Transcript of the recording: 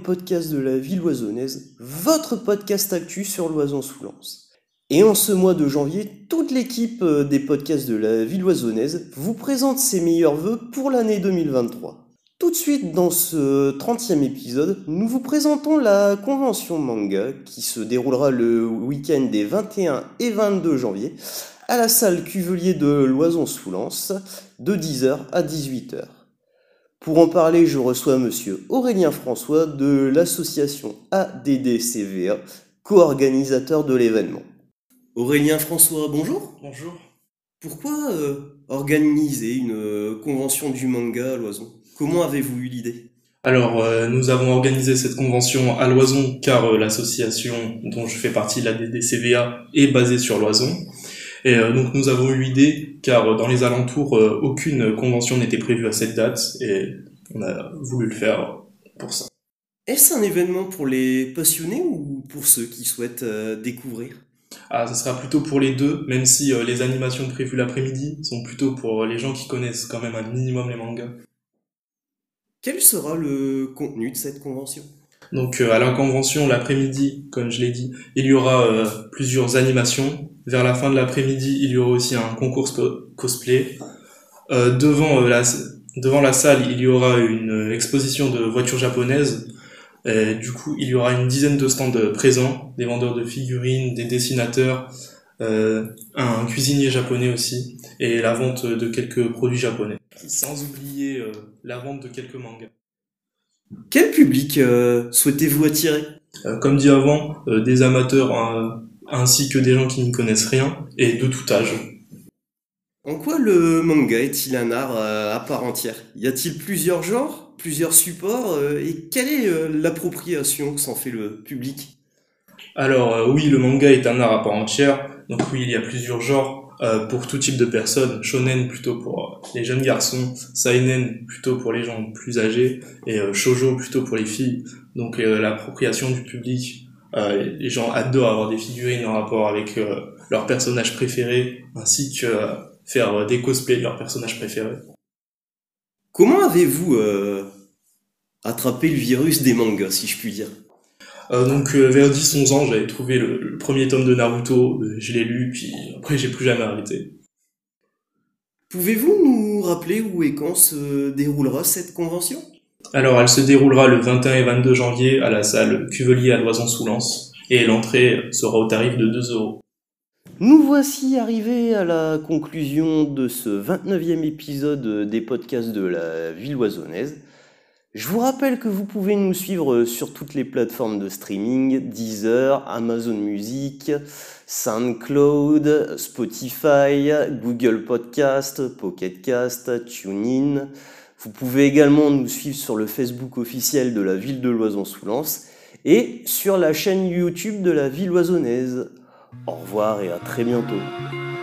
podcast de la ville loisonnaise, votre podcast actu sur Loison-sous-Lens. Et en ce mois de janvier, toute l'équipe des podcasts de la ville loisonnaise vous présente ses meilleurs vœux pour l'année 2023. Tout de suite, dans ce 30e épisode, nous vous présentons la convention manga qui se déroulera le week-end des 21 et 22 janvier à la salle Cuvelier de Loison-sous-Lens de 10h à 18h. Pour en parler, je reçois monsieur Aurélien François de l'association ADDCVA, co-organisateur de l'événement. Aurélien François, bonjour. Bonjour. Pourquoi organiser une convention du manga à Loison ? Comment avez-vous eu l'idée ? Alors, nous avons organisé cette convention à Loison car l'association dont je fais partie, la ADDCVA, est basée sur Loison. Et donc nous avons eu l'idée car dans les alentours, aucune convention n'était prévue à cette date et on a voulu le faire pour ça. Est-ce un événement pour les passionnés ou pour ceux qui souhaitent découvrir ? Ah, ce sera plutôt pour les deux, même si les animations prévues l'après-midi sont plutôt pour les gens qui connaissent quand même un minimum les mangas. Quel sera le contenu de cette convention ? Donc à la convention, l'après-midi, comme je l'ai dit, il y aura plusieurs animations. Vers la fin de l'après-midi, il y aura aussi un concours cosplay. Devant la salle, il y aura une exposition de voitures japonaises. Du coup, il y aura une dizaine de stands présents, des vendeurs de figurines, des dessinateurs, un cuisinier japonais aussi, et la vente de quelques produits japonais. Sans oublier la vente de quelques mangas. Quel public souhaitez-vous attirer ? Comme dit avant, des amateurs ainsi que des gens qui n'y connaissent rien, et de tout âge. En quoi le manga est-il un art à part entière ? Y a-t-il plusieurs genres, plusieurs supports et quelle est l'appropriation que s'en fait le public ? Alors oui, le manga est un art à part entière, donc oui, il y a plusieurs genres pour tout type de personnes. Shonen plutôt pour les jeunes garçons, seinen plutôt pour les gens plus âgés, et shoujo plutôt pour les filles. Donc l'appropriation du public, les gens adorent avoir des figurines en rapport avec leurs personnages préférés, ainsi que faire des cosplays de leurs personnages préférés. Comment avez-vous attrapé le virus des mangas, si je puis dire ? Donc vers 10-11 ans, j'avais trouvé le premier tome de Naruto, je l'ai lu, puis après j'ai plus jamais arrêté. Pouvez-vous nous rappeler où et quand se déroulera cette convention ? Alors elle se déroulera le 21 et 22 janvier à la salle Cuvelier à Loison-sous-Lens, et l'entrée sera au tarif de 2€. Nous voici arrivés à la conclusion de ce 29e épisode des podcasts de la ville loisonnaise. Je vous rappelle que vous pouvez nous suivre sur toutes les plateformes de streaming, Deezer, Amazon Music, SoundCloud, Spotify, Google Podcast, Pocket Cast, TuneIn. Vous pouvez également nous suivre sur le Facebook officiel de la ville de Loison-sous-Lens et sur la chaîne YouTube de la ville loisonnaise. Au revoir et à très bientôt.